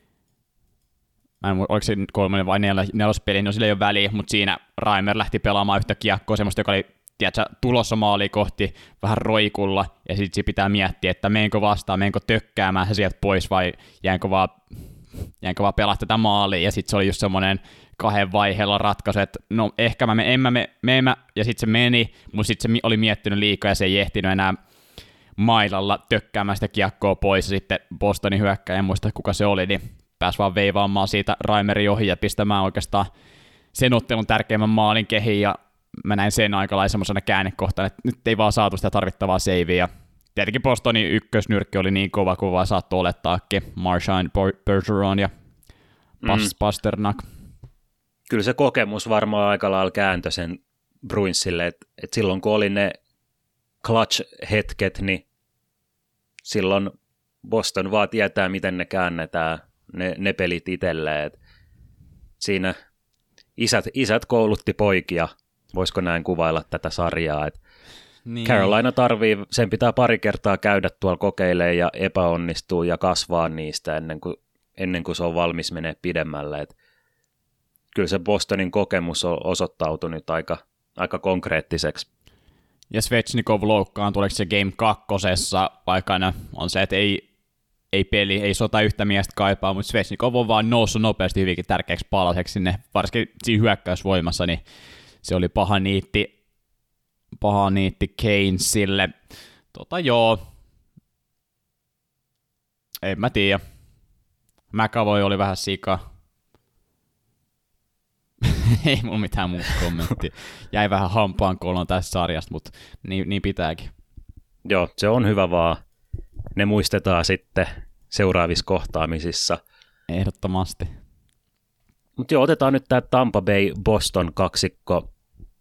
Mä en muista, oliko se kolmonen vai nel, nelospeli, no sillä ei ole väliä, mutta siinä Reimer lähti pelaamaan yhtä kiekkoa, semmoista, joka oli tiedätkö, tulossa maaliin kohti vähän roikulla, ja sitten se pitää miettiä, että meenkö vastaan, meenkö tökkäämään se sieltä pois, vai jäänkö vaan, jäänkö vaan pelaa tätä maaliin, ja sitten se oli just semmoinen kahden vaiheella ratkaisu, että no ehkä mä me, en mä me, me, me ja sitten se meni, mutta sitten se oli miettinyt liikaa, ja se ei ehtinyt enää mailalla tökkäämään sitä kiekkoa pois, ja sitten Bostonin hyökkäjä, en muista kuka se oli, niin pääsi vaan veivaamaan siitä Reimerin ohi, ja pistämään oikeastaan sen ottelun tärkeimmän maalin kehiin, ja mä näin sen aika lailla semmoisena käännekohtana, että nyt ei vaan saatu sitä tarvittavaa savea. Tietenkin Bostonin ykkösnyrkki oli niin kova kuin vaan saattoi olettaakin. Marchand, Bergeron ja Pas- mm. Pasternak. Kyllä se kokemus varmaan aika lailla kääntö sen Bruinsille, että et silloin kun oli ne clutch-hetket, niin silloin Boston vaan tietää, miten ne käännetään ne, ne pelit itselleen. Et siinä isät, isät koulutti poikia. Voisiko näin kuvailla tätä sarjaa, että niin. Carolina tarvii, sen pitää pari kertaa käydä tuolla kokeilemaan ja epäonnistuu ja kasvaa niistä ennen kuin, ennen kuin se on valmis menee pidemmälle. Et kyllä se Bostonin kokemus on osoittautunut nyt aika, aika konkreettiseksi. Ja Svechnikov loukkaan, tuleeko se game kakkosessa aikana on se, että ei, ei peli, ei sota yhtä miestä kaipaa, mutta Svechnikov on vaan noussut nopeasti hyvinkin tärkeäksi palaseksi sinne, varsinkin siinä hyökkäysvoimassa, niin se oli paha niitti, paha niitti Keynesille. Tota joo, en mä tiedä. McAvoy oli vähän sika. Ei mulla mitään muuta kommenttia. Jäi vähän hampaan kolon tässä sarjasta, mutta niin, niin pitääkin. Joo, se on hyvä vaan. Ne muistetaan sitten seuraavissa kohtaamisissa. Ehdottomasti. Mutta joo, otetaan nyt tämä Tampa Bay-Boston kaksikko.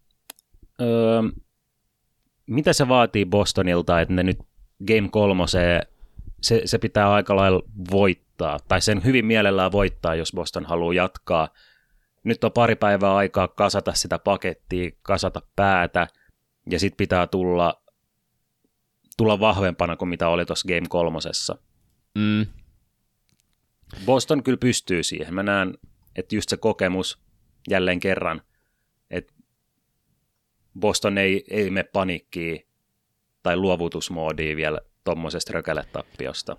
Öö, mitä se vaatii Bostonilta, että ne nyt Game kolmoseen, se, se pitää aika lailla voittaa, tai sen hyvin mielellään voittaa, jos Boston haluaa jatkaa. Nyt on pari päivää aikaa kasata sitä pakettia, kasata päätä, ja sitten pitää tulla, tulla vahvempana kuin mitä oli tuossa Game kolmosessa. Mm. Boston kyllä pystyy siihen. Mä näen, että just se kokemus jälleen kerran, että Boston ei, ei mene paniikkiin tai luovutusmoodiin vielä tuommoisesta rökäletappiosta.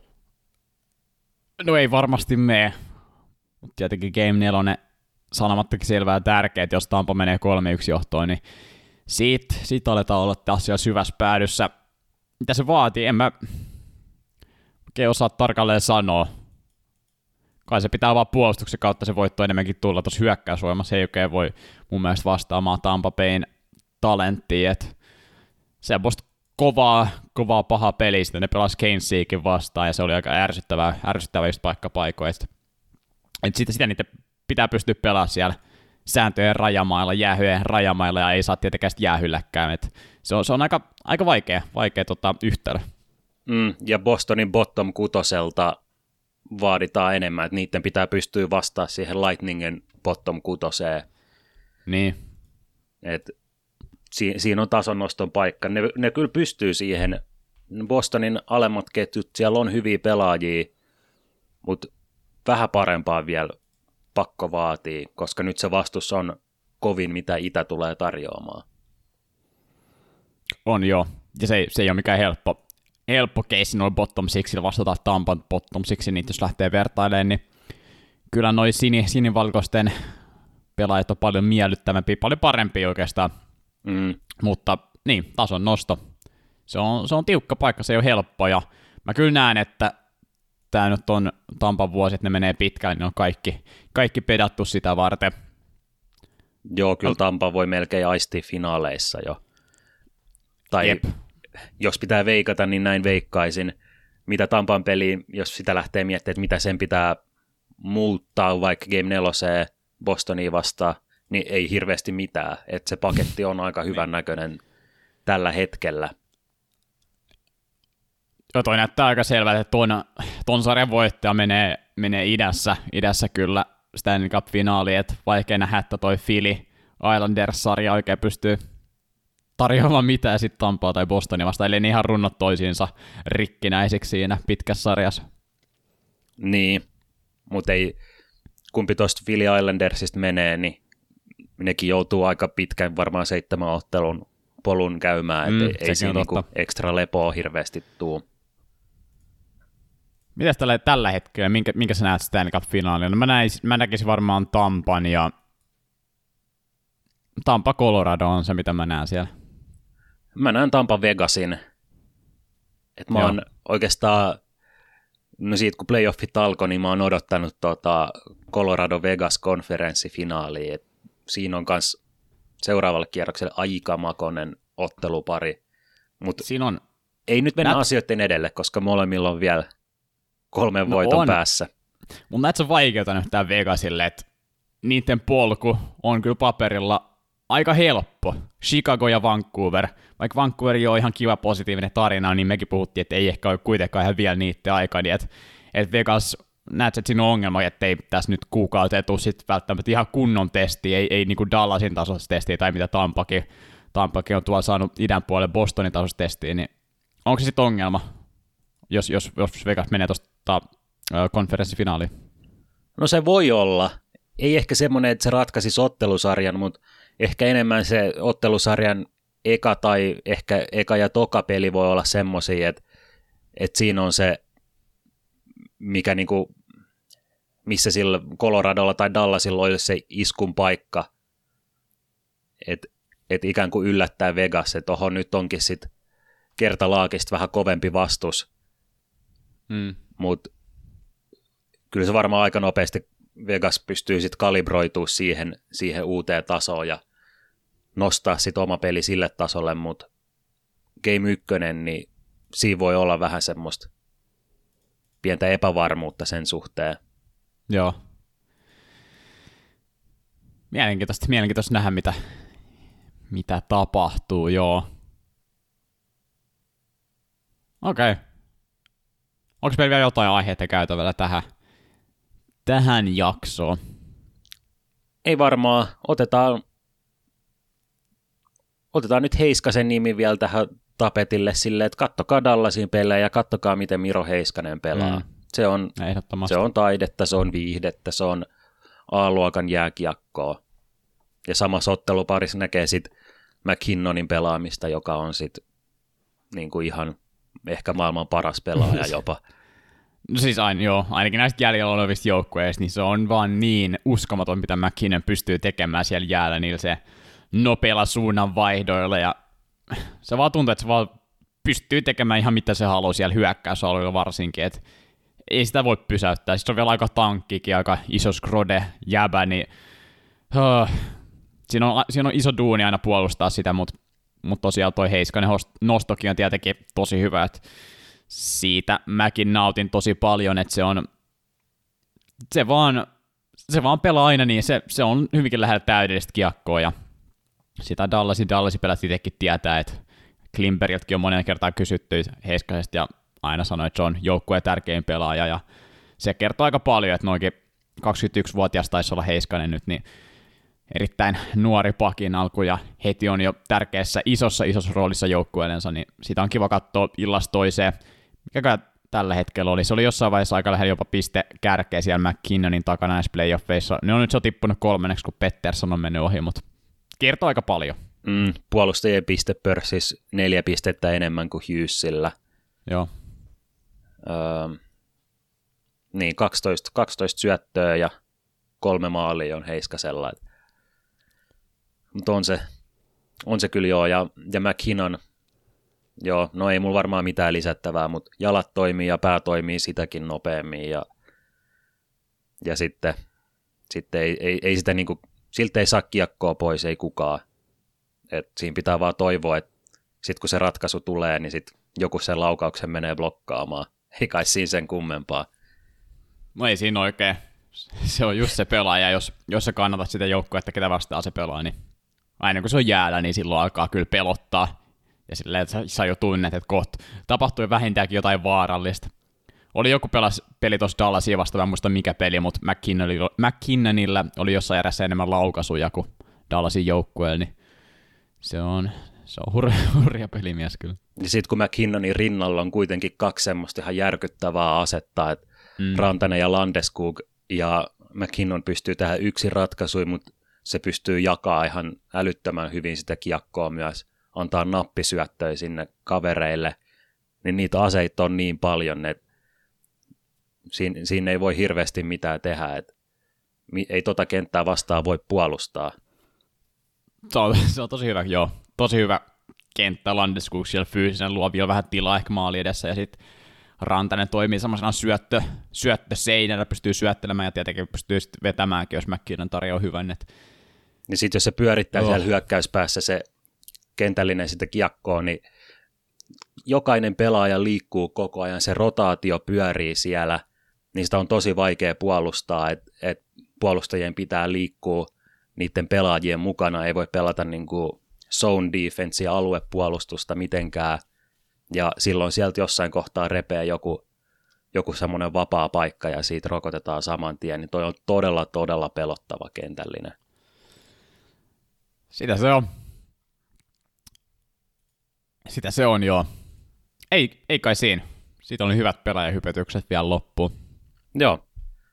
No ei varmasti mene, mutta tietenkin Game neljä sanomattakin selvää ja tärkeää, että jos Tampa menee kolme yksi johtoon, niin siitä, siitä aletaan olla taas siellä syvässä päädyssä. Mitä se vaatii, en mä oikein osaa tarkalleen sanoa. Kai se pitää vaan puolustuksen kautta se voitto enemmänkin tulla tuossa hyökkäysvoimassa. Ei oikein voi mun mielestä vastaamaan Tampa Bayn talenttiin, että semmoista kovaa, kovaa pahaa peliä, sitten ne pelasi Keynesiäkin vastaan, ja se oli aika ärsyttävää, ärsyttävää just paikkapaikoja. Että et sitä, sitä niitä pitää pystyä pelaamaan siellä sääntöjen rajamailla, jäähyjen rajamailla, ja ei saa tietenkään jäähylläkään. Et se on, se on aika, aika vaikea, vaikea tota, yhtälö. Mm, ja Bostonin bottom kutoselta vaaditaan enemmän, että niiden pitää pystyä vastaamaan siihen Lightningen bottom kutoseen. Niin. Et si- siinä on tasonnoston paikka. Ne, ne kyllä pystyy siihen. Bostonin alemmat ketjut, siellä on hyviä pelaajia, mutta vähän parempaa vielä pakko vaatii, koska nyt se vastus on kovin, mitä Itä tulee tarjoamaan. On joo, ja se, se ei ole mikään helppo, helppo keissi noin bottom sixillä vastata Tampan bottom sixin, niin jos lähtee vertailemaan, niin kyllä noi sini, sinivalkoisten pelaajat on paljon miellyttävämpiä, paljon parempia oikeastaan, mm. mutta niin, tason nosto. Se on, se on tiukka paikka, se ei ole helppo, ja mä kyllä näen, että tämä nyt on Tampan vuosi, että ne menee pitkälle, niin on kaikki, kaikki pedattu sitä varten. Joo, kyllä Tampa voi melkein aistia finaaleissa jo. Tai Jep. jos pitää veikata, niin näin veikkaisin. Mitä Tampan peliin, jos sitä lähtee miettimään, että mitä sen pitää muuttaa vaikka Game neloseen Bostoniin vastaan, niin ei hirveästi mitään. Että se paketti on aika hyvän näköinen tällä hetkellä. Joo, toi näyttää aika selvältä, että ton, ton sarjan voittaja menee, menee idässä, idässä kyllä Stanley Cup-finaaliin, että vaikea nähdä, että toi Philly Islanders-sarja oikein pystyy tarjoamaan mitään sitten Tampaa tai Bostonia vastaan, eli ne ihan runnot toisiinsa rikkinäisiksi siinä pitkässä sarjassa. Niin, mutta ei, kumpi tuosta Philly Islandersista menee, niin nekin joutuu aika pitkän, varmaan seitsemän ottelun polun käymään, mm, että ei siinä niinku ekstra lepoa hirveästi tuu. Mitäs tällä, tällä hetkellä, minkä, minkä sä näet Stanley Cup-finaalina? No mä, näis, mä näkisin varmaan Tampan ja Tampa Colorado on se, mitä mä näen siellä. Mä näen Tampa Vegasin. Et mä Joo. oon oikeastaan, no siitä kun playoffit alkoi, niin mä oon odottanut tota Colorado Vegas konferenssifinaaliin. Et siinä on kans seuraavalle kierrokselle aika makoinen ottelupari. Mut siinä on... ei nyt mennä Nät... asioiden edelle, koska molemmilla on vielä kolmen no voiton on. päässä. Mutta näet sä vaikeutta nyt tää Vegasille, että niiden polku on kyllä paperilla aika helppo. Chicago ja Vancouver. Vaikka Vancouver ei ole ihan kiva positiivinen tarina, niin mekin puhuttiin, että ei ehkä ole kuitenkaan ihan vielä niiden aika. Niin että et Vegas, näet että siinä on ongelma, että ei tässä nyt kuukauteen tule sitten välttämättä ihan kunnon testi, ei, ei niin kuin Dallasin tasoista testiä tai mitä Tampakin, Tampakin on tuolla saanut idän puolelle Bostonin tasoista testiä, niin onko se sitten ongelma, jos, jos, jos Vegas menee tuosta konferenssifinaaliin? No se voi olla. Ei ehkä semmoinen, että se ratkaisisi ottelusarjan, mutta ehkä enemmän se ottelusarjan eka tai ehkä eka ja toka peli voi olla semmoisia, että, että siinä on se, mikä niinku, missä sillä Coloradolla tai Dallasilla olisi se iskun paikka, että, että ikään kuin yllättää Vegas, että tohon nyt onkin sitten kertalaakista vähän kovempi vastus, mm. mutta kyllä se varmaan aika nopeasti Vegas pystyy sitten kalibroitumaan siihen, siihen uuteen tasoon ja nostaa sitten oma peli sille tasolle, mutta game ykkönen, niin siinä voi olla vähän semmoista pientä epävarmuutta sen suhteen. Joo. Mielenkiintoista, mielenkiintoista nähdä, mitä, mitä tapahtuu, joo. Okei. Okay. Onko meillä vielä jotain aiheita käytävällä tähän, tähän jaksoon? Ei varmaan. Otetaan, otetaan nyt Heiskasen nimi vielä tähän tapetille silleen, että kattokaa Dallasin pelejä ja kattokaa, miten Miro Heiskanen pelaa. Mm. Se, on, se on taidetta, se on viihdettä, se on A-luokan jääkiekkoa. Ja samassa otteluparissa näkee sitten McKinnonin pelaamista, joka on sitten niinku ihan ehkä maailman paras pelaaja jopa. No siis aina, joo, ainakin näistä jäljellä olevista joukkueista, niin se on vaan niin uskomaton, mitä McKinnon pystyy tekemään siellä jäällä niillä se nopeilla suunnanvaihdoilla, ja se vaan tuntuu, että se vaan pystyy tekemään ihan mitä se haluaa siellä hyökkäysalueella varsinkin, että ei sitä voi pysäyttää. Sitten on vielä aika tankkikin, aika iso skrode jäbä, niin uh, siinä, on, siinä on iso duuni aina puolustaa sitä, mutta mut tosiaan toi Heiskanen nostokin on tietenkin tosi hyvä, että siitä mäkin nautin tosi paljon, että se on, se vaan, se vaan pelaa aina niin, se, se on hyvinkin lähellä täydellistä kiekkoa, ja sitä Dallasin Dallasin pelät itsekin tietää, että Klimperiltäkin on monen kertaa kysytty Heiskasesta, ja aina sanoi, että se on joukkueen tärkein pelaaja, ja se kertoo aika paljon, että noinkin kaksikymmentäyksivuotias taisi olla Heiskanen nyt, niin erittäin nuori pakin alku, ja heti on jo tärkeässä isossa isossa roolissa joukkueensa, niin sitä on kiva katsoa illasta toiseen. Mikäkään tällä hetkellä oli? Se oli jossain vaiheessa aika lähellä jopa piste kärkeä siellä McKinnonin takana näissä playoffeissa. Ne on nyt se tippunut kolmanneksi, kun Pettersson on mennyt ohi, mutta kertoo aika paljon. Mm, puolustajien pistepörssissä neljä pistettä enemmän kuin Hughesillä. Joo. Öö, niin, kaksitoista, kaksitoista syöttöä ja kolme maalia on Heiskasella. Mutta on se, on se kyllä joo, ja, ja McKinnon, joo, no ei mulla varmaan mitään lisättävää, mutta jalat toimii ja pää toimii sitäkin nopeammin, ja, ja sitten, sitten ei, ei, ei sitä niinku, siltä ei saa kiekkoa pois, ei kukaan. Et siinä pitää vaan toivoa, että sitten kun se ratkaisu tulee, niin sitten joku sen laukauksen menee blokkaamaan. Ei kai siinä sen kummempaa. No ei siinä oikein. Se on just se pelaaja, jos, jos sä kannatat sitä joukkuetta, ketä vastaan se pelaa, niin aina kun se on jäällä, niin silloin alkaa kyllä pelottaa. Ja silleen, että sä, sä jo tunnet, että kohta tapahtui vähintäänkin jotain vaarallista. Oli joku pelas, peli tuossa Dallasia vastaan, mä en muista mikä peli, mutta McKinnonilla, McKinnonilla oli jossain erässä enemmän laukaisuja kuin Dallasin joukkueella, niin se on, se on hurja, hurja pelimies kyllä. Ja sitten kun McKinnonin rinnalla on kuitenkin kaksi semmoista ihan järkyttävää asetta, että mm. Rantanen ja Landeskog ja McKinnon pystyy tähän yksi ratkaisuja, mutta se pystyy jakaa ihan älyttömän hyvin sitä kiekkoa myös, antaa nappisyöttöjä sinne kavereille, niin niitä aseita on niin paljon, että siinä, siinä ei voi hirveästi mitään tehdä, että ei tota kenttää vastaan voi puolustaa. Se on, se on tosi hyvä, joo. Tosi hyvä kenttä Landeskog siellä fyysinen, luo vielä vähän tilaa ehkä maali edessä, ja sitten Rantanen toimii semmoisena syöttö, syöttöseinällä, pystyy syöttelemään ja tietenkin pystyy sitten vetämäänkin, jos McKinnon tarjoaa hyvän. Et... Niin sitten jos se pyörittää oh. siellä hyökkäyspäässä se kentällinen sitä kiekkoa, niin jokainen pelaaja liikkuu koko ajan, se rotaatio pyörii siellä, niin sitä on tosi vaikea puolustaa, että et puolustajien pitää liikkua niiden pelaajien mukana, ei voi pelata niin kuin zone defense ja aluepuolustusta mitenkään, ja silloin sieltä jossain kohtaa repeää joku, joku semmoinen vapaa paikka, ja siitä rokotetaan saman tien, niin toi on todella, todella pelottava kentällinen. Sitä se on. Sitä se on, joo. Ei, ei kai siinä. Siitä oli hyvät pelaajahypetykset vielä loppuun. Joo.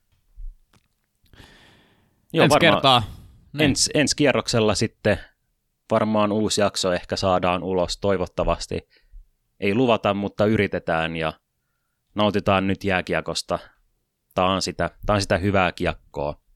Joo ensi kertaa. Ens, ensi kierroksella sitten varmaan uusi jakso ehkä saadaan ulos toivottavasti. Ei luvata, mutta yritetään ja nautitaan nyt jääkiekosta. Tämä on sitä, tämä on sitä hyvää kiekkoa.